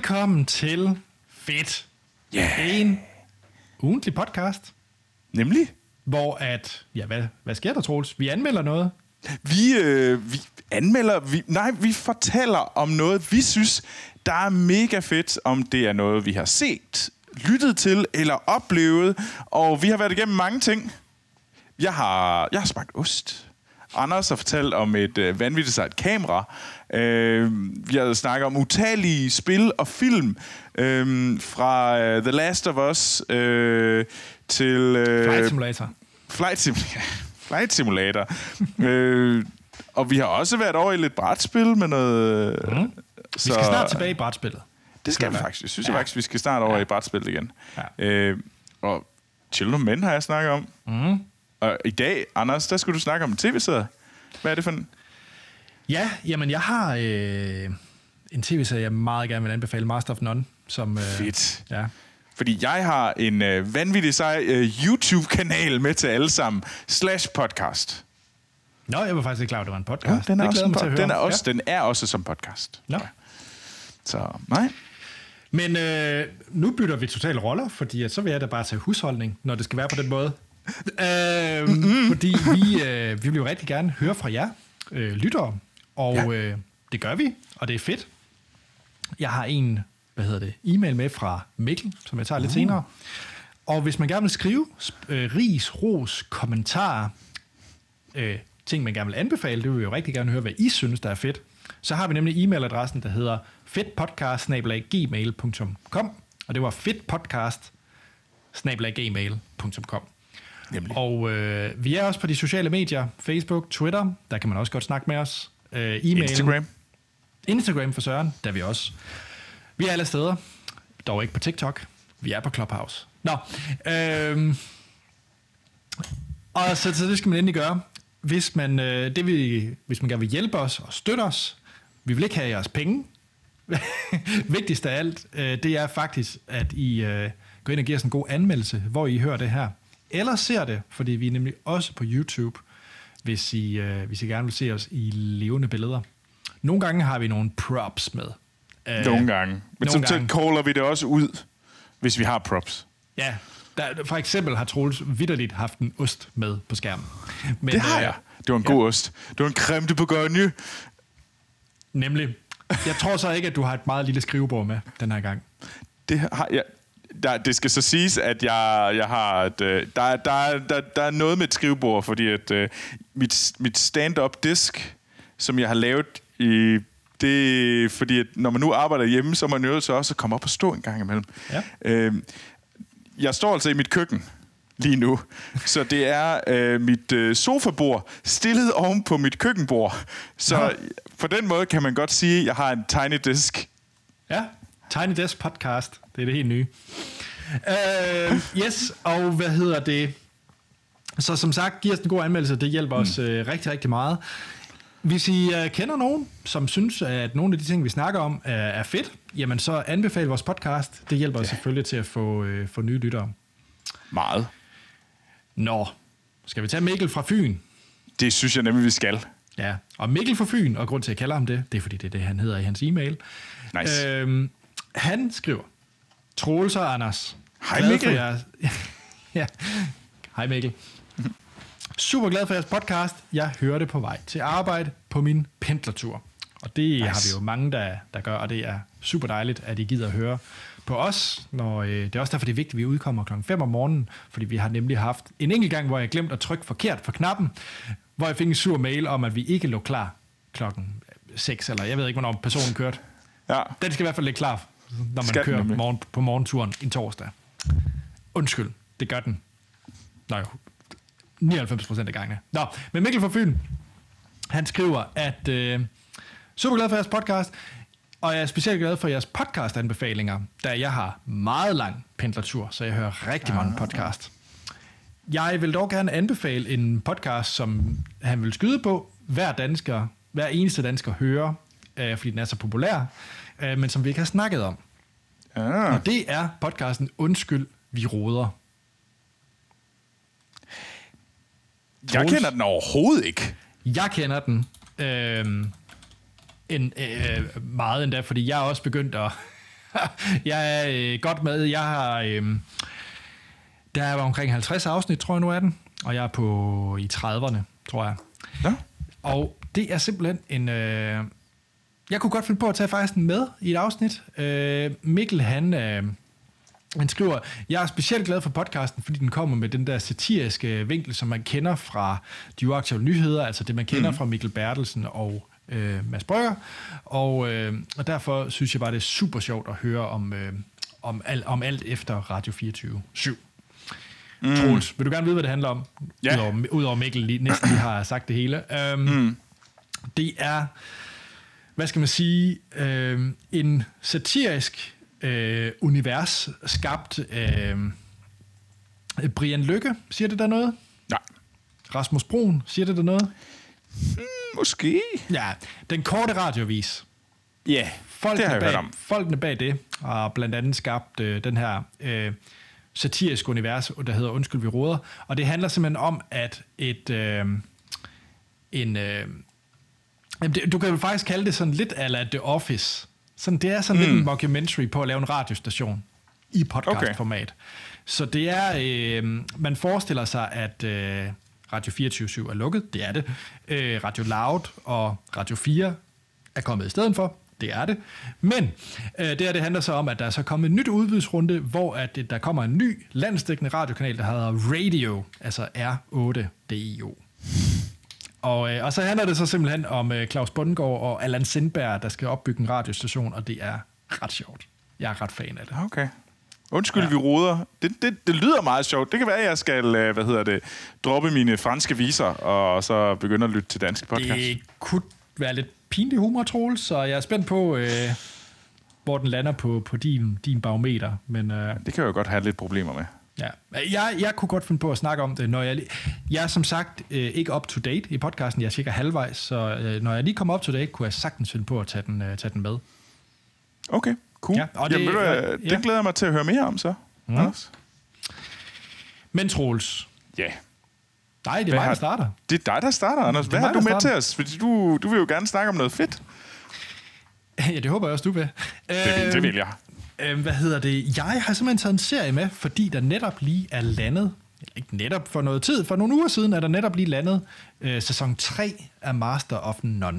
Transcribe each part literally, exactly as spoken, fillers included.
Velkommen til Fedt. Yeah. En ugentlig podcast. Nemlig? Hvor at, ja, hvad, hvad sker der, Troels? Vi anmelder noget. Vi, øh, vi anmelder, vi, nej, vi fortæller om noget, vi synes, der er mega fedt, om det er noget, vi har set, lyttet til eller oplevet, og vi har været igennem mange ting. Jeg har, jeg har smagt ost. Anders har fortalt om et øh, vanvittigt sejt kamera. Øh, vi har snakket om utallige spil og film. Øh, fra uh, The Last of Us øh, til... Øh, Flight Simulator. Flight, sim- Flight Simulator. øh, og vi har også været over i lidt brætspil med noget... Mm. Så, vi skal snart tilbage i brætspillet. Det skal vi faktisk. Jeg synes ja. jeg faktisk, vi skal snart over ja. i brætspillet igen. Ja. Øh, og Children Men har jeg snakket om. Mm. Og i dag, Anders, der skulle du snakke om en tv-serie. Hvad er det for en? Ja, jamen jeg har øh, en tv-serie, jeg meget gerne vil anbefale, Master of None. Som, øh, Fedt. Ja. Fordi jeg har en øh, vanvittig sej øh, YouTube-kanal med til alle sammen. Slash podcast. Nå, jeg var faktisk ikke klar, at det var en podcast. Ja, den er, det også, en pod- den er, også, ja. den er også som podcast. Nå. Ja. Så, nej. Men øh, nu bytter vi totalt roller, fordi at så vil jeg da bare tage husholdning, når det skal være på den måde. øh, mm-hmm. Fordi vi, øh, vi vil jo rigtig gerne høre fra jer, øh, lyttere, og ja. øh, det gør vi, og det er fedt. Jeg har en, hvad hedder det, e-mail med fra Mikkel, som jeg tager lidt uh. senere. Og hvis man gerne vil skrive øh, ris, ros, kommentarer, øh, ting man gerne vil anbefale, det vil vi jo rigtig gerne høre, hvad I synes, der er fedt. Så har vi nemlig e-mailadressen, der hedder fedtpodcast snabel-a gmail punktum com, og det var fedtpodcast snabel-a gmail punktum com. Nemlig. Og øh, vi er også på de sociale medier, Facebook, Twitter, der kan man også godt snakke med os. Øh, e-mail. Instagram. Instagram for Søren, der er vi også. Vi er alle steder, dog ikke på TikTok. Vi er på Clubhouse. Nå, øh, og så, så det skal man endelig gøre. Hvis man, øh, det vil, hvis man gerne vil hjælpe os og støtte os, vi vil ikke have jeres penge. Vigtigst af alt, øh, det er faktisk, at I øh, går ind og giver os en god anmeldelse, hvor I hører det her. Eller ser det, fordi vi er nemlig også på YouTube, hvis I, øh, hvis I gerne vil se os i levende billeder. Nogle gange har vi nogle props med. Øh, nogle gange. Men så caller vi det også ud, hvis vi har props. Ja, der, for eksempel har Troels vitterligt haft en ost med på skærmen. Men, det har øh, jeg. Det var en ja. god ost. Det var en creme de bourgogne. Nemlig. Jeg tror så ikke, at du har et meget lille skrivebord med den her gang. Det har jeg. Der, det skal så siges, at jeg, jeg har et, øh, der, der, der, der er noget med et skrivebord, fordi at øh, mit, mit stand-up disk, som jeg har lavet i det, fordi at når man nu arbejder hjemme, så er man nødt til også at komme op og stå en gang imellem. Ja. Øh, jeg står altså i mit køkken lige nu, så det er øh, mit øh, sofabord stillet oven på mit køkkenbord. Så ja. På den måde kan man godt sige, at jeg har en tiny disk. Ja, Tiny Desk Podcast. Det er det helt nye. Uh, yes, og hvad hedder det? Så som sagt, giv os en god anmeldelse. Det hjælper mm. os uh, rigtig, rigtig meget. Hvis I uh, kender nogen, som synes, at nogle af de ting, vi snakker om, uh, er fedt, jamen så anbefal vores podcast. Det hjælper ja. os selvfølgelig til at få, uh, få nye lyttere. Meget. Nå, skal vi tage Mikkel fra Fyn? Det synes jeg nemlig, vi skal. Ja, og Mikkel fra Fyn, og grund til, at jeg kalder ham det, det er, fordi det er det, han hedder i hans e-mail. Nice. Øhm, han skriver, Troels og Anders. Hej Mikkel. Jeres... ja. Hej Mikkel. Super glad for jeres podcast. Jeg hører det på vej til arbejde på min pendlertur. Og det nice. har vi jo mange, der, der gør, og det er super dejligt, at I gider at høre på os. Når, øh, det er også derfor, det er vigtigt, at vi udkommer klokken fem om morgenen, fordi vi har nemlig haft en enkelt gang, hvor jeg glemte at trykke forkert på knappen, hvor jeg fik en sur mail om, at vi ikke lå klar klokken seks, eller jeg ved ikke, hvornår personen kørte. Ja. Den skal i hvert fald ligge klar, når man skal kører morgen, på morgenturen en torsdag. Undskyld, det gør den. Nå jo, nioghalvfems procent af gangene. Nå, men Mikkel fra Fyn, han skriver, at øh, super glad for jeres podcast, og jeg er specielt glad for jeres podcast-anbefalinger, da jeg har meget lang pendlertur, så jeg hører rigtig mange podcast. Jeg vil dog gerne anbefale en podcast, som han vil skyde på, hver dansker, hver eneste dansker hører, øh, fordi den er så populær, øh, men som vi ikke har snakket om. Ah. Og det er podcasten Undskyld, vi råder. Jeg kender den overhovedet ikke. Jeg kender den øh, en, øh, meget endda, fordi jeg er også begyndt at, Jeg er øh, godt med. Jeg har... Øh, der er omkring halvtreds afsnit, tror jeg nu er den. Og jeg er på i trediverne, tror jeg. Ja. Og det er simpelthen en... Øh, jeg kunne godt finde på at tage faktisk den med i et afsnit. Øh, Mikkel, han... Øh, Han skriver, jeg er specielt glad for podcasten, fordi den kommer med den der satiriske vinkel, som man kender fra de uaktuelle nyheder, altså det, man kender mm. fra Mikkel Bertelsen og øh, Mads Brygger. Og, øh, og derfor synes jeg bare, det er super sjovt at høre om, øh, om, al, om alt efter Radio fireogtyve syv. Mm. Troels, vil du gerne vide, hvad det handler om? Ja. Udover, udover Mikkel lige, næsten lige har sagt det hele. Um, mm. Det er, hvad skal man sige, øh, en satirisk Øh, univers skabt af øh, Brian Lykke, siger det der noget? Nej. Rasmus Broen, siger det der noget? Mm, måske. Ja, den korte radiovis. Ja, yeah, det har jeg bag, hørt om. Folkene bag det har blandt andet skabt øh, den her øh, satiriske univers, der hedder Undskyld, vi råder. Og det handler simpelthen om, at et øh, en øh, du kan jo faktisk kalde det sådan lidt a la The Office. Sådan, det er sådan mm. lidt en mockumentary på at lave en radiostation i podcastformat. Okay. Så det er, øh, man forestiller sig, at øh, Radio fireogtyve syv er lukket. Det er det. Øh, Radio Loud og Radio fire er kommet i stedet for. Det er det. Men øh, det her, det handler så om, at der er så kommet en nyt udbudsrunde, hvor at der kommer en ny landsdækkende radiokanal, der hedder Radio, altså R otte D I O. Og, øh, og så handler det så simpelthen om øh, Claus Bundgaard og Allan Sindberg, der skal opbygge en radiostation, og det er ret sjovt. Jeg er ret fan af det. Okay. Undskyld, ja. Vi roder. Det, det, det lyder meget sjovt. Det kan være, at jeg skal øh, hvad hedder det, droppe mine franske viser, og så begynde at lytte til danske podcasts. Det kunne være lidt pinlig humor, Troels, så jeg er spændt på, øh, hvor den lander på, på din, din barometer. Men, øh, ja, det kan jeg jo godt have lidt problemer med. Ja, jeg, jeg kunne godt finde på at snakke om det, når jeg... Jeg er som sagt øh, ikke up to date i podcasten, jeg er cirka halvvejs, så øh, når jeg lige kommer up to date, kunne jeg sagtens finde på at tage den, øh, tage den med. Okay, cool. Ja, og det, Jamen, det, det ja. glæder jeg mig til at høre mere om, så. Mm. Anders. Men Troels... Ja. Yeah. Nej, det er mig, der starter. Det er dig, der starter, Anders. Hvad har du med starter. til os? Fordi du, du vil jo gerne snakke om noget fedt. Ja, det håber jeg også, du vil. Det, det vil jeg. Øh, hvad hedder det? Jeg har simpelthen taget en serie med, fordi der netop lige er landet, ikke netop for noget tid, for nogle uger siden er der netop lige landet øh, sæson tre af Master of None.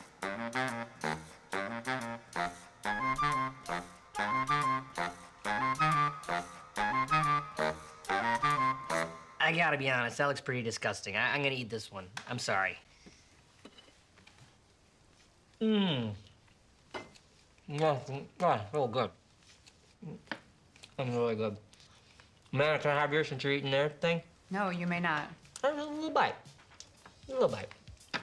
I gotta be honest, that looks pretty disgusting. I, I'm gonna eat this one. I'm sorry. Mmm. Yeah, yeah, real good. I'm really good. Man, can I have yours since you're eating their thing? No, you may not. A little bite. A little bite.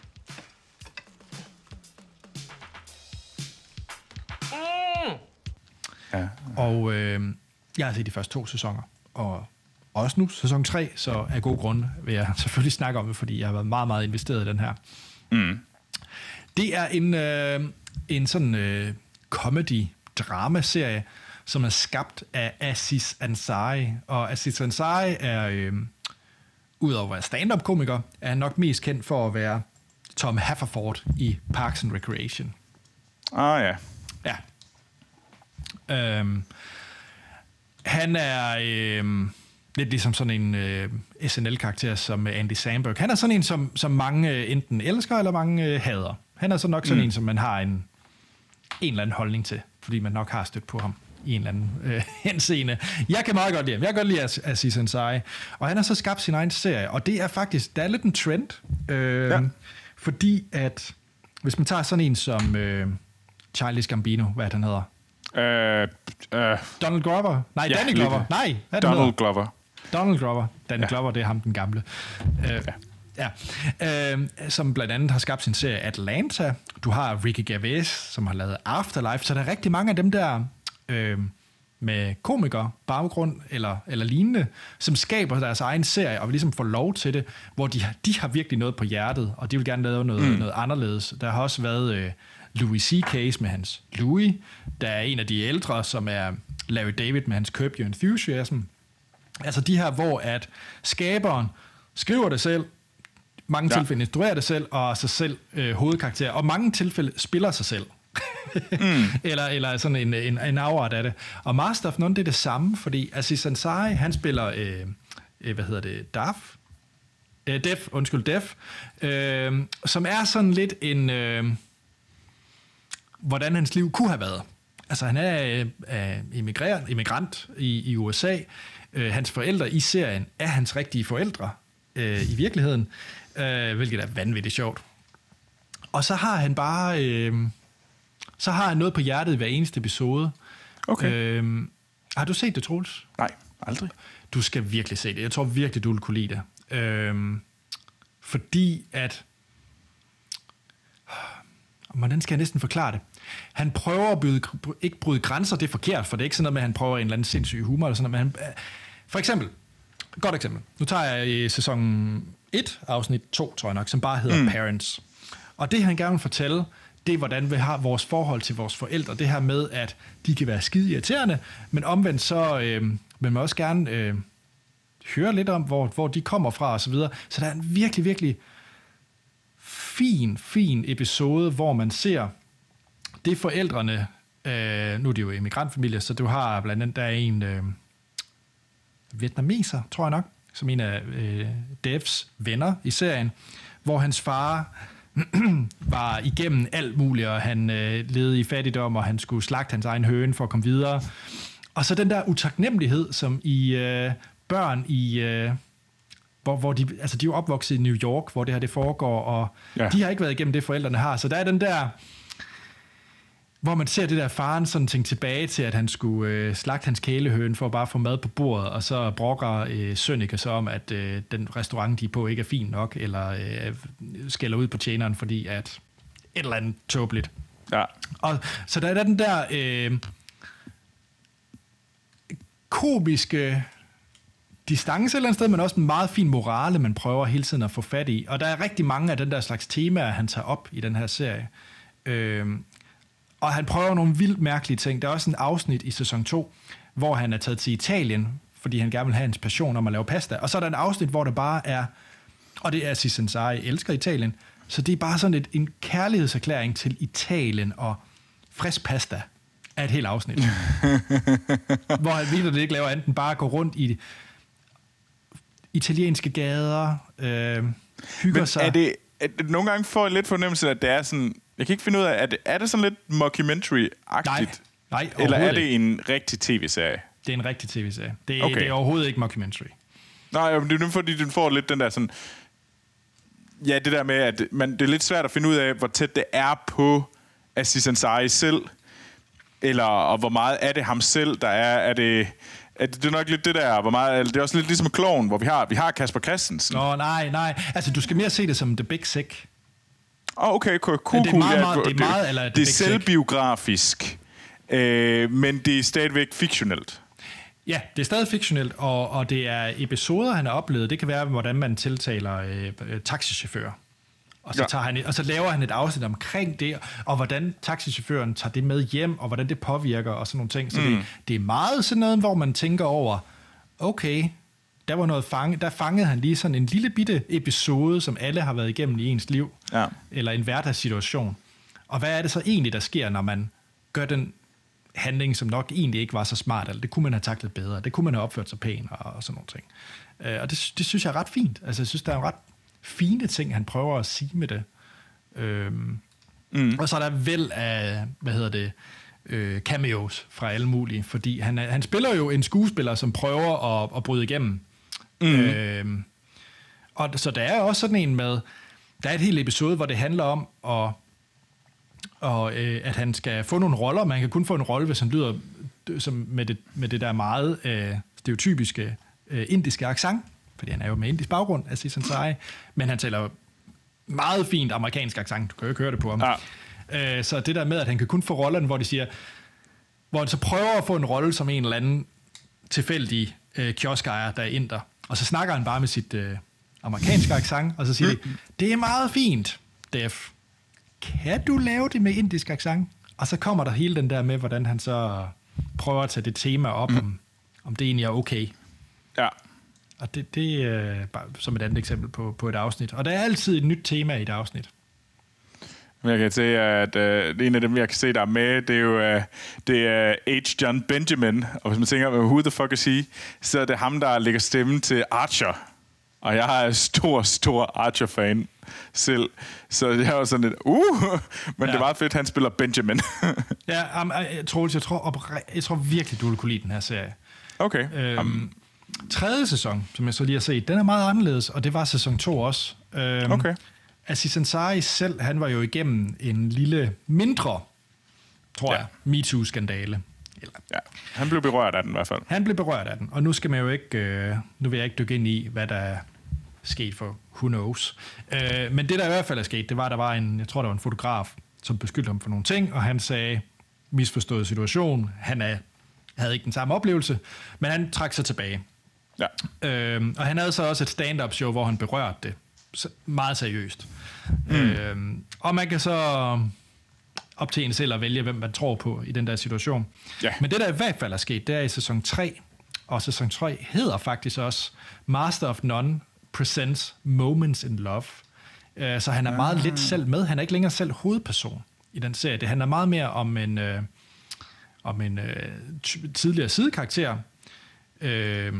Mm. Ja. Og øh, jeg har set de første to sæsoner, og også nu sæson tre, så af gode grunde vil jeg selvfølgelig snakke om det, fordi jeg har været meget, meget investeret i den her. Mm. Det er en, øh, en sådan øh, comedy-drama-serie, som er skabt af Aziz Ansari. Og Aziz Ansari er, øh, udover at være stand-up-komiker, er han nok mest kendt for at være Tom Haverford i Parks and Recreation. Ah ja. Ja. Øhm, han er øh, lidt ligesom sådan en øh, S N L-karakter som Andy Samberg. Han er sådan en, som, som mange øh, enten elsker, eller mange øh, hader. Han er så nok sådan mm. en, som man har en, en eller anden holdning til, fordi man nok har stødt på ham i en eller anden øh, henseende. Jeg kan meget godt lide ham. Jeg kan godt lide Aziz Ansari. Og han har så skabt sin egen serie, og det er faktisk, der er lidt en trend, øh, ja. fordi at, hvis man tager sådan en som øh, Childish Gambino, hvad han hedder? Øh, øh. Donald Glover? Nej, ja, Danny Glover. Nej, hvad Donald hedder? Glover. Donald Glover. Danny ja. Glover, det er ham, den gamle. Øh, ja. ja. Øh, som blandt andet har skabt sin serie Atlanta. Du har Ricky Gervais, som har lavet Afterlife, så der er rigtig mange af dem der øh, med komikere, baggrund eller, eller lignende, som skaber deres egen serie, og vil ligesom få lov til det, hvor de, de har virkelig noget på hjertet, og de vil gerne lave noget, mm. noget anderledes. Der har også været øh, Louis C K med hans Louis. Der er en af de ældre, som er Larry David med hans Curb Your Enthusiasm. Altså de her, hvor at skaberen skriver det selv, mange ja. tilfælde instruerer det selv, og sig selv øh, hovedkarakter, og mange tilfælde spiller sig selv. mm. eller, eller sådan en, en, en afart af det. Og Master of None, det er det samme, fordi Aziz Ansari, han spiller, øh, øh, hvad hedder det, Daf? Øh, Def, undskyld, Def, øh, som er sådan lidt en, øh, hvordan hans liv kunne have været. Altså, han er øh, immigrant, immigrant i, i U S A. Øh, hans forældre i serien er hans rigtige forældre øh, i virkeligheden, øh, hvilket er vanvittigt sjovt. Og så har han bare, øh, så har han noget på hjertet i hver eneste episode. Okay. Øh, har du set det, Troels? Nej, aldrig. Du skal virkelig se det. Jeg tror virkelig, du vil kunne lide det. Øh, fordi at, hvordan skal jeg næsten forklare det? Han prøver at bryde, ikke bryde grænser, det er forkert, for det er ikke sådan noget med, at han prøver en eller anden sindssyg humor, eller sådan noget, men han, for eksempel, godt eksempel, nu tager jeg i sæson et, afsnit to, tror jeg nok, som bare hedder mm. Parents. Og det, han gerne vil fortælle, det er, hvordan vi har vores forhold til vores forældre, det her med, at de kan være skide irriterende, men omvendt så øh, vil man også gerne øh, høre lidt om, hvor, hvor de kommer fra, og så videre. Så der er en virkelig, virkelig fin, fin episode, hvor man ser det forældrene, øh, nu er det jo immigrantfamilie, så du har blandt andet, der er en øh, vietnameser, tror jeg nok, som en af øh, Devs venner i serien, hvor hans far var igennem alt muligt, og han øh, levede i fattigdom, og han skulle slagte hans egen høne for at komme videre. Og så den der utaknemmelighed, som i øh, børn i... Øh, hvor, hvor de, altså de er jo opvokset i New York, hvor det her det foregår, og ja. De har ikke været igennem det, forældrene har. Så der er den der... Hvor man ser det der faren sådan tænke tilbage til, at han skulle øh, slagte hans kælehøne for at bare få mad på bordet, og så brokker øh, Sønneke så om, at øh, den restaurant, de er på, ikke er fin nok, eller øh, skælder ud på tjeneren, fordi at et eller andet tåbeligt. Ja. Og, så der er den der øh, komiske distance et eller andet sted, men også en meget fin morale, man prøver hele tiden at få fat i. Og der er rigtig mange af den der slags temaer, han tager op i den her serie. Øh, Og han prøver nogle vildt mærkelige ting. Der er også en afsnit i sæson to, hvor han er taget til Italien, fordi han gerne vil have en passion om at lave pasta. Og så er der en afsnit, hvor det bare er, og det er Aziz Ansari elsker Italien, så det er bare sådan et, en kærlighedserklæring til Italien og frisk pasta af et helt afsnit. Hvor han virkelig det ikke laver andet end bare at gå rundt i italienske gader, øh, hygger Men sig. er det, er det nogle gange får jeg lidt fornemmelse, at det er sådan... Jeg kan ikke finde ud af, er det, er det sådan lidt mockumentary-agtigt? Nej, nej, eller er det en rigtig tv-serie? Det er en rigtig tv-serie. Det er, okay. det er overhovedet ikke mockumentary. Nej, men det er nu fordi, du får lidt den der sådan... Ja, det der med, at man, det er lidt svært at finde ud af, hvor tæt det er på Aziz Ansari selv, eller og hvor meget er det ham selv, der er... Er det, er det, det er nok lidt det der, hvor meget... Det er også lidt ligesom Klovn, hvor vi har, vi har Kasper Christensen. Nå, nej, nej. Altså, du skal mere se det som The Big Sick. Oh, okay, cool, cool. Det er meget, meget, det er, meget, eller det, det er selvbiografisk, øh, men det er stadigvæk fiktionelt. Ja, det er stadig fiktionelt, og, og det er episoder, han har oplevet. Det kan være, hvordan man tiltaler øh, taxichauffører. Og så, ja. tager han, og så laver han et afsnit omkring det, og hvordan taxichaufføren tager det med hjem, og hvordan det påvirker, og sådan nogle ting. Så mm. det, det er meget sådan noget, hvor man tænker over, okay, der var noget fange, der fangede han lige sådan en lille bitte episode, som alle har været igennem i ens liv, ja. Eller en hverdagssituation. Og hvad er det så egentlig, der sker, når man gør den handling, som nok egentlig ikke var så smart, eller det kunne man have taklet bedre, det kunne man have opført sig pænt, og, og sådan nogle ting. Uh, og det, det synes jeg er ret fint. Altså, jeg synes, der er ret fine ting, han prøver at sige med det. Øhm, mm. Og så er der vel af, hvad hedder det, øh, cameos fra alle mulige, fordi han, han spiller jo en skuespiller, som prøver at, at bryde igennem. Mm. Øhm, og så der er også sådan en med, der er et helt episode, hvor det handler om, at, og, øh, at han skal få nogle roller. Man kan kun få en rolle, hvis han lyder som med, det, med det der meget øh, stereotypiske øh, indiske accent, fordi han er jo med indisk baggrund, Aziz Ansari, men han taler meget fint amerikansk accent. Du kan jo ikke høre det på ham. Ja. Øh, så det der med, at han kan kun få rollerne, hvor de siger, hvor han så prøver at få en rolle som en eller anden tilfældig øh, kioskejer, der er inder, og så snakker han bare med sit øh, amerikanske accent, og så siger de, det er meget fint, Def. Kan du lave det med indisk accent? Og så kommer der hele den der med, hvordan han så prøver at tage det tema op, mm. om, om det egentlig er okay. Ja. Og det, det er bare som et andet eksempel på, på et afsnit. Og der er altid et nyt tema i et afsnit. Jeg kan se, at uh, en af dem, jeg kan se, der er med, det er jo uh, det er H. John Benjamin. Og hvis man tænker, who the fuck is he? Så er det ham, der lægger stemme til Archer. Og jeg er stor, stor Archer-fan selv. Så jeg var sådan lidt, uh! Men ja. Det er meget fedt, han spiller Benjamin. ja, um, jeg, Troels, jeg tror, jeg tror virkelig, du vil kunne lide den her serie. Okay. Øhm, um. Tredje sæson, som jeg så lige har set, den er meget anderledes, og det var sæson to også. Øhm, okay. Aziz Ansari selv, han var jo igennem en lille, mindre, tror ja. jeg, MeToo-skandale. Eller, ja, han blev berørt af den i hvert fald. Han blev berørt af den, og nu skal man jo ikke, øh, nu vil jeg ikke dykke ind i, hvad der er sket for who knows. Øh, men det, der i hvert fald er sket, det var, at der var en, jeg tror, der var en fotograf, som beskyldte ham for nogle ting, og han sagde, misforstået situation, han er, havde ikke den samme oplevelse, men han trak sig tilbage. Ja. Øh, og han havde så også et stand-up show, hvor han berørte det meget seriøst. Mm. Øh, og man kan så op til en selv at vælge, hvem man tror på i den der situation. Ja. Men det, der i hvert fald er sket, det er i sæson tre, og sæson tre hedder faktisk også Master of None Presents Moments in Love. Uh, så han er meget ah. lidt selv med. Han er ikke længere selv hovedperson i den serie. Det handler meget mere om en, uh, om en uh, t- tidligere sidekarakter, uh,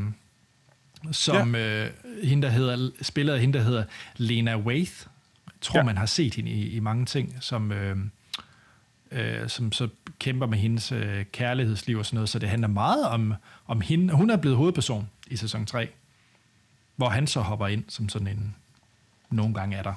som ja. uh, hende, der hedder, spiller hende, der hedder Lena Waithe. Jeg tror, ja. man har set hende i, i mange ting, som... Uh, Øh, som så kæmper med hendes øh, kærlighedsliv og sådan noget, så det handler meget om, om hende. Hun er blevet hovedperson i sæson tre, hvor han så hopper ind som sådan en, nogle gange er der.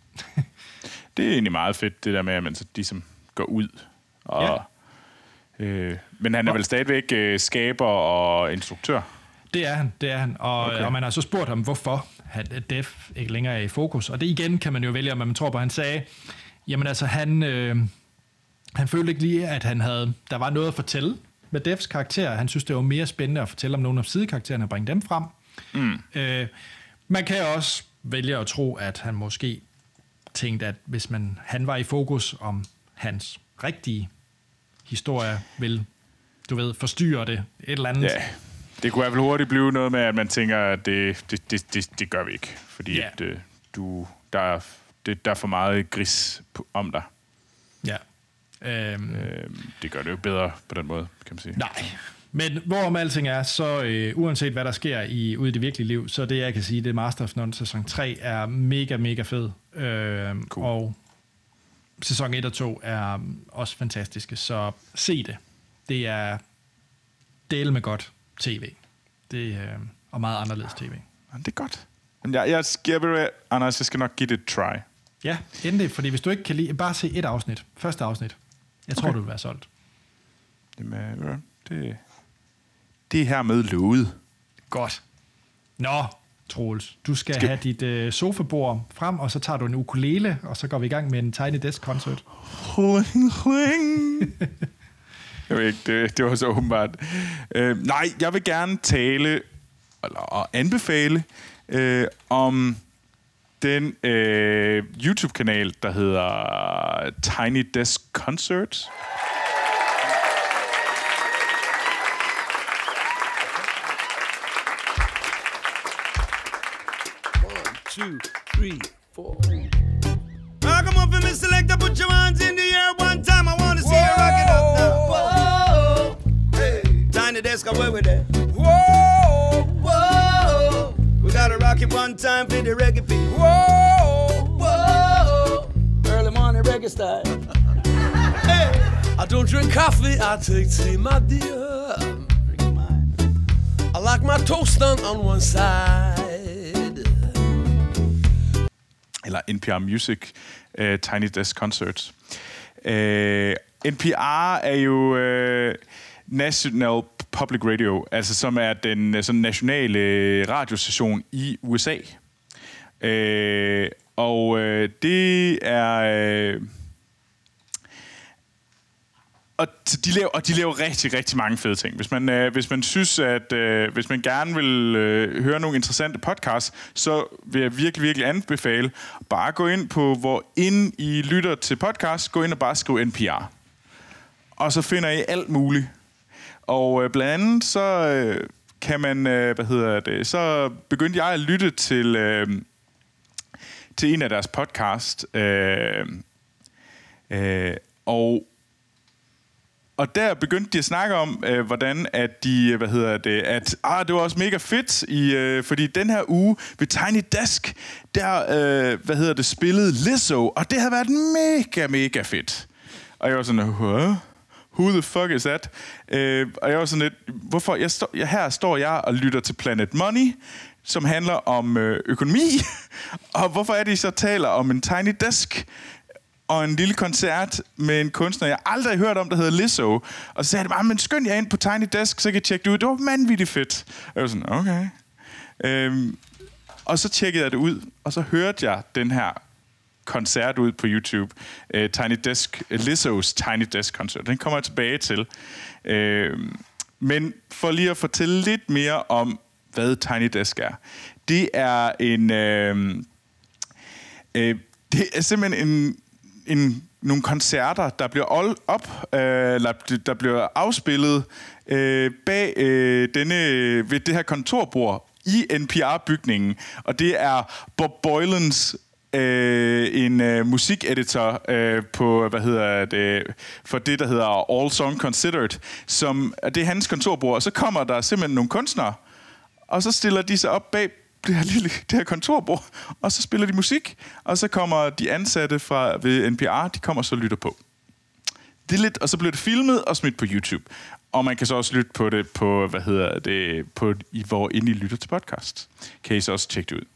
Det er egentlig meget fedt, det der med, at man så ligesom går ud. Og, ja. øh, men han er vel stadigvæk øh, skaber og instruktør? Det er han, det er han. Og, okay. og man har så spurgt ham, hvorfor at Def ikke længere er i fokus. Og det igen kan man jo vælge, om man tror på. Han sagde, jamen altså han... Øh, Han følte ikke lige, at han havde, der var noget at fortælle med Defs karakter. Han synes, det var mere spændende at fortælle om nogle af sidekaraktererne og bringe dem frem. Mm. Øh, man kan også vælge at tro, at han måske tænkte, at hvis man, han var i fokus om hans rigtige historie, vil, du ved, forstyrre det et eller andet. Ja, det kunne i hvert fald hurtigt blive noget med, at man tænker, at det, det, det, det, det gør vi ikke. Fordi ja. at, du, der, er, det, der er for meget gris om dig. Ja. Øhm, øhm, det gør det jo bedre på den måde, kan man sige. Nej, men hvorom alting er, så øh, uanset hvad der sker i, ude i det virkelige liv, så det jeg kan sige, det Master of None sæson tre er mega, mega fed. Øhm, cool. Og sæson et og to er også fantastiske, så se det. Det er del med godt tv. Det er øh, og meget anderledes tv. Det er godt. Jeg, jeg, jeg, Anders, jeg skal nok give det et try. Ja, endelig, fordi hvis du ikke kan lide, bare se et afsnit, første afsnit. Jeg tror, okay. du vil være solgt. Jamen, det, det er hermed lovet. Godt. Nå, Troels, du skal, skal... have dit øh, sofabord frem, og så tager du en ukulele, og så går vi i gang med en Tiny Desk-koncert. Jeg ved ikke, det, det var så åbenbart. Øh, nej, jeg vil gerne tale, eller og anbefale, øh, om... den øh, YouTube-kanal, der hedder Tiny Desk Concert. One, two, three, four. Now come on for me, selector, put your hands in the air one time. I want to see you rock it up now. Whoa, hey, Tiny Desk, where we there? Whoa, whoa. We gotta rock it one time for the reggae beat. Whoa, whoa. Early morning reggae style. Hey. I don't drink coffee, I take tea, my dear. Drink mine. I like my toast done on one side. Eller N P R Music, uh, Tiny Desk Concerts. Uh, N P R er jo uh, National Public Radio, altså som er den sådan nationale radiostation i U S A. Uh, og uh, det er... Uh, Og de, laver, og de laver rigtig, rigtig mange fede ting. Hvis man, øh, hvis man synes, at øh, hvis man gerne vil øh, høre nogle interessante podcasts, så vil jeg virkelig, virkelig anbefale bare gå ind på, hvor ind I lytter til podcast, gå ind og bare skriv N P R. Og så finder I alt muligt. Og øh, blandt andet så øh, kan man, øh, hvad hedder det, så begyndte jeg at lytte til, øh, til en af deres podcast, øh, Øh, og Og der begyndte de at snakke om, øh, hvordan at de, hvad hedder det, at ah, det var også mega fedt, i, øh, fordi den her uge ved Tiny Desk, der, øh, hvad hedder det, spillede Lizzo, og det havde været mega, mega fedt. Og jeg var sådan, huh? Who the fuck is that? Øh, og jeg var sådan lidt, hvorfor? Jeg stå, jeg, her står jeg og lytter til Planet Money, som handler om øh, økonomi, og hvorfor er det, I så taler om en Tiny Desk? Og en lille koncert med en kunstner, jeg aldrig har hørt om, der hedder Lizzo. Og så sagde jeg, men skynd jer ind på Tiny Desk, så kan jeg tjekke det ud. Det var vanvittigt fedt. Og jeg var sådan, okay. Øhm, og så tjekkede jeg det ud, og så hørte jeg den her koncert ud på YouTube. Uh, Tiny Desk, Lizzo's Tiny Desk-koncert. Den kommer jeg tilbage til. Øhm, men for lige at fortælle lidt mere om, hvad Tiny Desk er. Det er en... Øh, øh, det er simpelthen en... En, nogle koncerter, der bliver op, øh, der bliver afspillet øh, bag øh, denne, ved det her kontorbord i N P R-bygningen. Og det er Bob Boilens, øh, en øh, musikeditor øh, på, hvad hedder det, for det, der hedder All Song Considered, som det er hans kontorbord. Og så kommer der simpelthen nogle kunstnere, og så stiller de sig op bag det her lille det her kontorbord, og så spiller de musik, og så kommer de ansatte fra ved N P R, de kommer så og lytter på. Det er lidt, og så bliver det filmet og smidt på YouTube. Og man kan så også lytte på det på, hvad hedder det, på, i, hvor inde I lytter til podcast. Kan I så også tjekke det ud.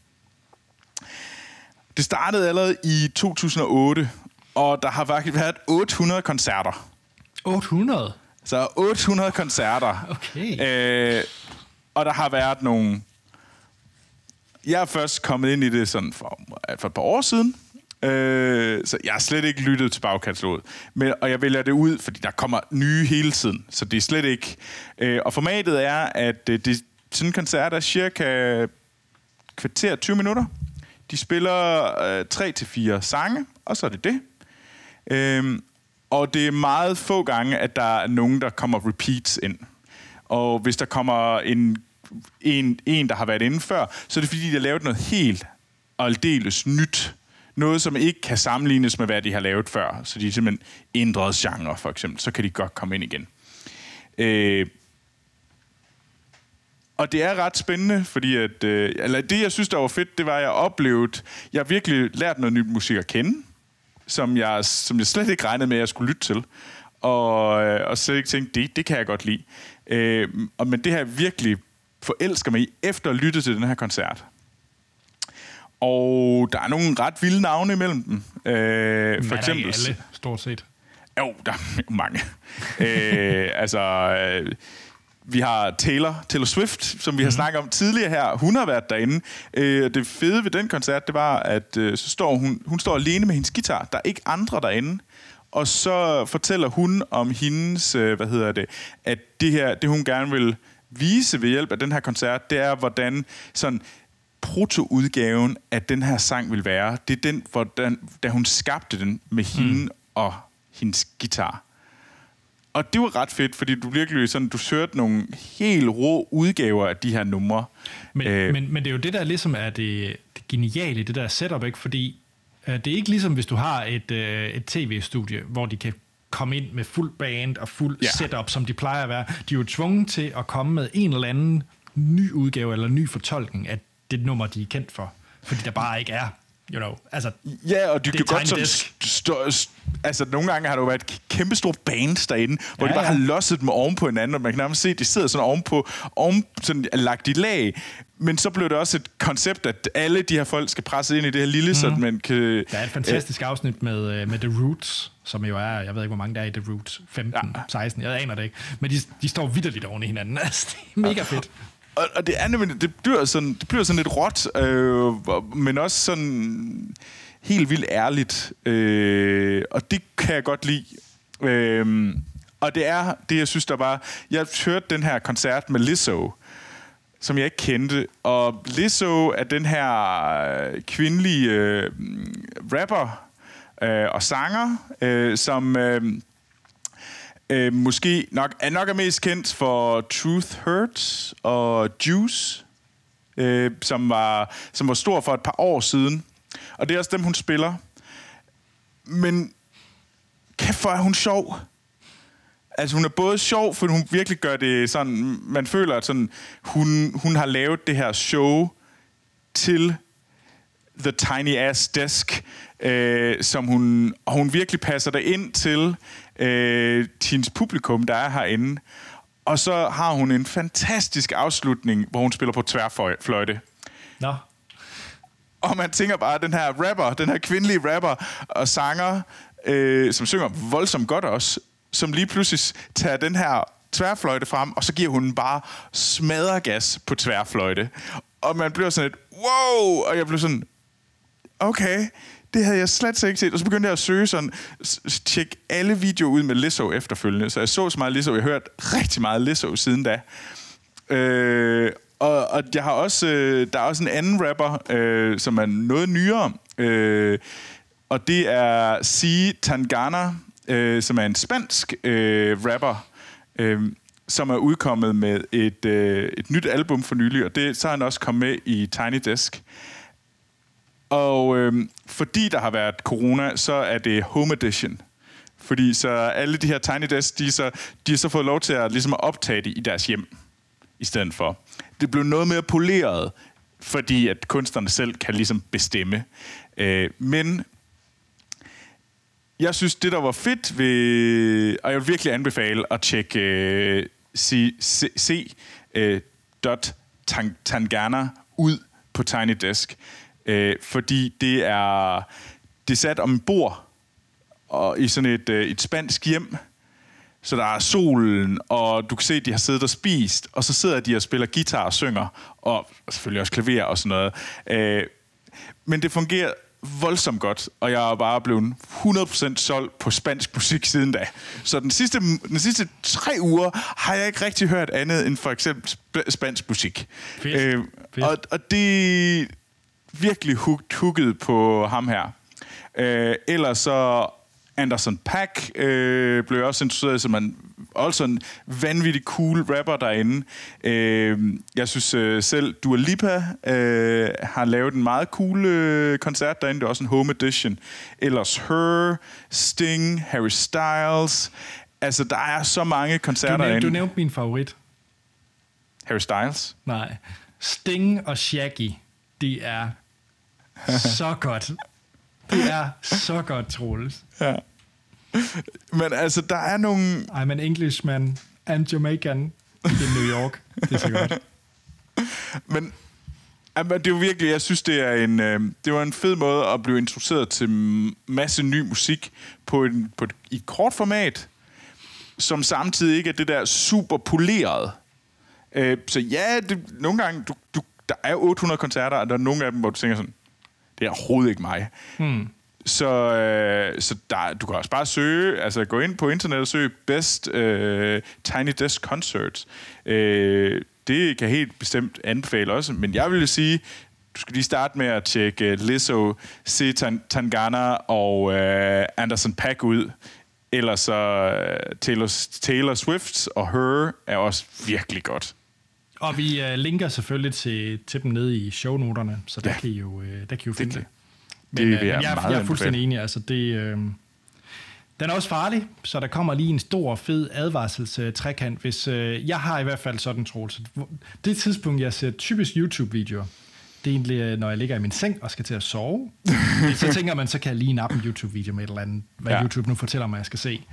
Det startede allerede i to tusind og otte, og der har faktisk været otte hundrede koncerter. otte hundrede? Så otte hundrede koncerter. Okay. Øh, og der har været nogle... Jeg er først kommet ind i det sådan for, for et par år siden, øh, så jeg har slet ikke lyttet til bagkataloget. Men, og jeg vælger det ud, fordi der kommer nye hele tiden, så det er slet ikke... Øh, og formatet er, at det, det, sådan en koncert er cirka kvarter tyve minutter. De spiller øh, tre til fire sange, og så er det det. Øh, og det er meget få gange, at der er nogen, der kommer repeats ind. Og hvis der kommer en... En, en, der har været inde før, så er det fordi, de har lavet noget helt aldeles nyt. Noget, som ikke kan sammenlignes med, hvad de har lavet før. Så de er simpelthen ændret genre, for eksempel. Så kan de godt komme ind igen. Øh, og det er ret spændende, fordi at, øh, eller det, jeg synes, der var fedt, det var, at jeg oplevede, jeg har virkelig lært noget nyt musik at kende, som jeg, som jeg slet ikke regnede med, at jeg skulle lytte til. Og, og slet ikke tænkte, det, det kan jeg godt lide. Øh, og, men det her virkelig forelsker mig i, efter at lytte til den her koncert. Og der er nogle ret vilde navne imellem dem. Øh, for er eksempel... der ikke alle, stort set? Jo, der er mange. øh, altså, øh, vi har Taylor, Taylor Swift, som vi har mm. snakket om tidligere her. Hun har været derinde. Øh, det fede ved den koncert, det var, at øh, så står hun, hun står alene med hendes guitar. Der er ikke andre derinde. Og så fortæller hun om hendes, øh, hvad hedder det, at det her, det hun gerne vil vise ved hjælp af den her koncert, det er, hvordan sådan protoudgaven af den her sang vil være. Det er den, hvordan, da hun skabte den med hende mm. og hendes guitar. Og det var ret fedt, fordi du virkelig sådan, du hørte nogle helt rå udgaver af de her numre. Men, øh, men, men det er jo det, der ligesom er det, det geniale, det der setup, ikke? Fordi øh, det er ikke ligesom, hvis du har et, øh, et tv-studie, hvor de kan komme ind med fuld band og fuld ja. setup, som de plejer at være. De er jo tvunget til at komme med en eller anden ny udgave eller ny fortolkning af det nummer, de er kendt for. Fordi der bare ikke er, you know, altså... Ja, og de kan godt sådan... Stå, st- altså, nogle gange har der jo været kæmpe store bands derinde, hvor ja, de bare ja. har losset dem oven på hinanden, og man kan nærmest se, at de sidder sådan ovenpå, oven, sådan lagt i lag. Men så blev det også et koncept, at alle de her folk skal presse ind i det her lille, mm. så man kan... Der er et fantastisk øh, afsnit med, med The Roots, som jo er, jeg ved ikke, hvor mange der er i The Roots, femten, ja. seksten, jeg aner det ikke. Men de, de står vitterligt oven i hinanden. Altså, det er mega fedt. Og, og det andet, det bliver sådan, det bliver sådan lidt råt, øh, men også sådan helt vildt ærligt. Øh, og det kan jeg godt lide. Øh, og det er det, jeg synes, der var... Jeg hørte den her koncert med Lizzo, som jeg ikke kendte. Og Lizzo er den her kvindelige øh, rapper øh, og sanger, øh, som... Øh, Øh, måske nok er nok er mest kendt for Truth Hurts og Juice, øh, som var som var stor for et par år siden. Og det er også dem, hun spiller. Men kæft for er hun sjov. Altså hun er både sjov, for hun virkelig gør det sådan, man føler, at sådan, hun, hun har lavet det her show til The Tiny Ass Desk, øh, som hun, og hun virkelig passer der ind til øh, hendes publikum, der er herinde. Og så har hun en fantastisk afslutning, hvor hun spiller på tværfløjte. Nå. Og man tænker bare, den her rapper, den her kvindelige rapper og sanger, øh, som synger voldsomt godt også, som lige pludselig tager den her tværfløjte frem, og så giver hun bare smadregas på tværfløjte. Og man bliver sådan et, wow! Og jeg blev sådan, okay, det havde jeg slet ikke set. Og så begyndte jeg at søge sådan, tjekke alle videoer ud med Lizzo efterfølgende. Så jeg så så meget Lizzo, jeg har hørt rigtig meget Lizzo siden da. Øh, og, og jeg har også, øh, der er også en anden rapper, øh, som er noget nyere, øh, og det er C. Tangana, øh, som er en spansk øh, rapper, øh, som er udkommet med et, øh, et nyt album for nylig, og det, så er han også kommet med i Tiny Desk. Og øh, fordi der har været corona, så er det Home Edition. Fordi så alle de her Tiny Desk, de, så, de har så fået lov til at, ligesom at optage det i deres hjem, i stedet for. Det blev noget mere poleret, fordi at kunstnerne selv kan ligesom bestemme. Øh, men jeg synes, det der var fedt ved... Og jeg vil virkelig anbefale at tjekke øh, C. C, C øh, dot Tangana ud på Tiny Desk. Øh, fordi det er, det er sat om en bord og i sådan et, øh, et spansk hjem. Så der er solen, og du kan se, at de har siddet og spist, og så sidder de og spiller guitar og synger, og selvfølgelig også klaver og sådan noget. Øh, men det fungerer voldsomt godt, og jeg er bare blevet hundrede procent solgt på spansk musik siden da. Så den sidste, den sidste tre uger har jeg ikke rigtig hørt andet end for eksempel sp- spansk musik. Fedt. Øh, Fedt. Og, og det virkelig hooket på ham her. Øh, ellers så Anderson .Paak øh, blev også introduceret som en også en vanvittig cool rapper derinde. Øh, jeg synes øh, selv Dua Lipa øh, har lavet en meget cool øh, koncert derinde. Det er også en home edition. Ellers Her, Sting, Harry Styles. Altså, der er så mange koncerter du nævnte, derinde. Du nævnte min favorit. Harry Styles? Nej. Sting og Shaggy, de er så godt. Det er så godt, Troels. Ja. Men altså, der er nogle... I'm an Englishman and Jamaican in New York. Det er så godt. Men altså, det er jo virkelig, jeg synes, det er en, øh, det var en fed måde at blive introduceret til masse ny musik på, en, på et, i et kort format, som samtidig ikke er det der super poleret. Øh, så ja, det, nogle gange, du, du, der er otte hundrede koncerter, og der er nogle af dem, hvor du tænker sådan, det er overhovedet ikke mig. Hmm. Så, øh, så der, du kan også bare søge, altså gå ind på internet og søge Best øh, Tiny Desk Concerts. Øh, det kan helt bestemt anbefale også, men jeg vil sige, du skal lige starte med at tjekke Lizzo, C. Tangana og øh, Anderson .Paak ud. Ellers så øh, Taylor, Taylor Swift og Her er også virkelig godt. Og vi øh, linker selvfølgelig til, til dem nede i shownoterne, så der Ja. kan I jo, øh, der kan I jo finde det. det. Men, Det øh, er men jeg, meget jeg er fuldstændig anbefale. enig. Altså, det, øh, den er også farlig, så der kommer lige en stor, fed advarselstrekant. Hvis, øh, jeg har i hvert fald sådan, Troels. Det tidspunkt, jeg ser typisk YouTube-videoer, det er egentlig, når jeg ligger i min seng og skal til at sove. Så tænker man, så kan jeg lige nappe en YouTube-video med et eller andet, hvad Ja. YouTube nu fortæller mig, jeg skal se.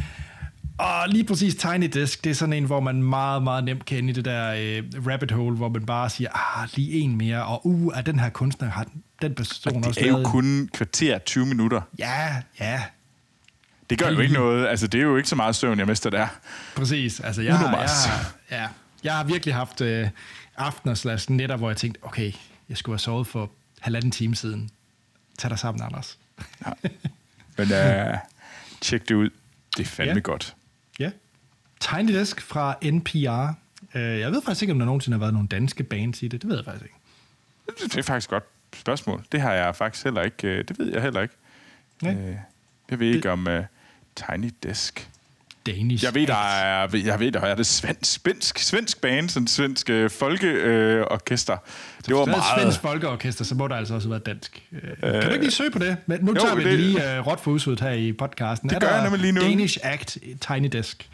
Og lige præcis Tiny Desk, det er sådan en, hvor man meget, meget nemt kan ende i det der øh, rabbit hole, hvor man bare siger, ah, lige en mere, og uh, er den her kunstner, har den, den person også Det er jo lavet? kun kvarter tyve minutter. Ja, ja, Det gør jo ikke noget. Altså, det er jo ikke så meget søvn, jeg mister der. præcis. Altså, jeg, har, jeg, Unormalt. har, ja, jeg har virkelig haft øh, aftener slash netter, hvor jeg tænkte, okay, jeg skulle have sovet for halvanden time siden. Tag dig sammen, Anders. Men uh, tjek det ud. Det er fandme Ja. godt. Ja. Tiny Desk fra N P R. Uh, jeg ved faktisk ikke, om der nogensinde har været nogle danske bands i det. Det ved jeg faktisk ikke. Det er faktisk et godt spørgsmål. Det har jeg faktisk heller ikke. øh, Det ved jeg heller ikke. Nej. Øh, Jeg ved ikke om uh, Tiny Desk. Danish Jeg ved, der Act. er, jeg ved, der er det svensk, svensk, svensk band, sådan svensk øh, folkeorkester. Øh, det var Hvis der er et meget... svensk folkeorkester, så må der altså også være dansk. Øh, kan du ikke lige søge på det? Men nu jo, tager vi det- det lige uh, råt for udsud her i podcasten. Det Er gør der jeg nemlig lige nu. Danish Act Tiny Desk.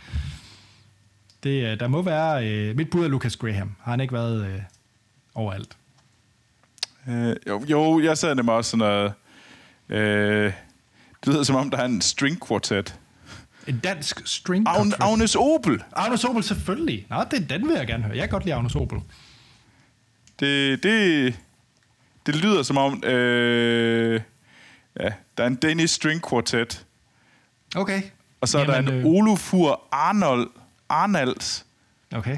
Det, uh, der må være... Uh, mit bud er Lucas Graham. Har han ikke været uh, overalt? Øh, jo, jo, jeg sad nemlig også sådan noget... Øh, det lyder som om, der er en string quartet. En dansk string Agn, quartet. Agnes Obel. Agnes Obel, selvfølgelig. Nå, det, den vil jeg gerne høre. Jeg kan godt lide Agnes Obel. Det, det, det lyder som om... Øh, ja, der er en Danish string quartet. Okay. Og så er Jamen, der en øh, Olufur Arnold, Arnalds. Okay.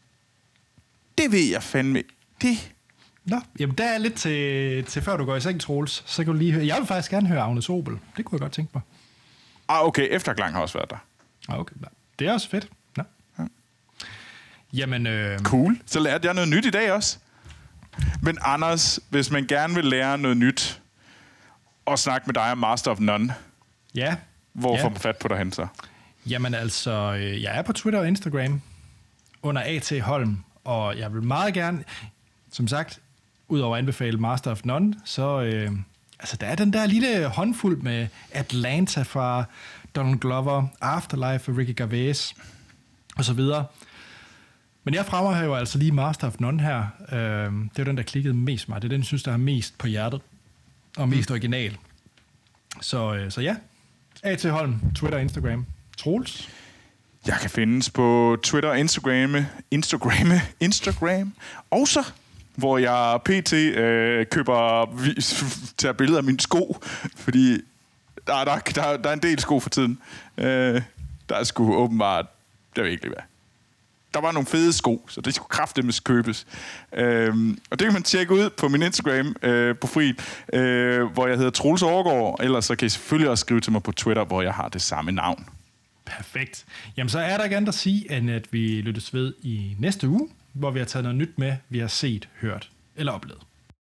Det ved jeg fandme. Det... Nå, jamen der er lidt til, til før du går i seng, Troels. Så kan du lige høre. Jeg vil faktisk gerne høre Agnes Obel. Det kunne jeg godt tænke mig. Ah, okay. Efterklang har også været der. Ah, okay. Nå, det er også fedt. Nå. Ja. Jamen, øh, Cool. Så lærte jeg noget nyt i dag også. Men Anders, hvis man gerne vil lære noget nyt, og snakke med dig om Master of None, ja. hvor ja. får man fat på dig hen så? Jamen altså, øh, jeg er på Twitter og Instagram under A T Holm, og jeg vil meget gerne, som sagt, udover at anbefale Master of None, så øh, altså, der er den der lille håndfuld med Atlanta fra Donald Glover, Afterlife af Ricky Gervais, og så videre. Men jeg fremhæver altså lige Master of None her. Øh, det er den, der klikkede mest mig. Det er den, jeg synes, der har mest på hjertet, og mest original. Så, øh, så ja, A T Holm, Twitter og Instagram. Troels? Jeg kan findes på Twitter og Instagram, Instagram, Instagram, også hvor jeg pt. Øh, køber, tager billeder af mine sko, fordi der, der, der, der er en del sko for tiden. Øh, der er sgu åbenbart, det ved ikke hvad. Der var nogle fede sko, så det skulle kraftedeme købes. Øhm, og det kan man tjekke ud på min Instagram, øh, på fri, øh, hvor jeg hedder Troels Overgaard. Ellers så kan I selvfølgelig også skrive til mig på Twitter, hvor jeg har det samme navn. Perfekt. Jamen, så er der ikke andet at sige, end at vi lyttes ved i næste uge, hvor vi har taget noget nyt med, vi har set, hørt eller oplevet.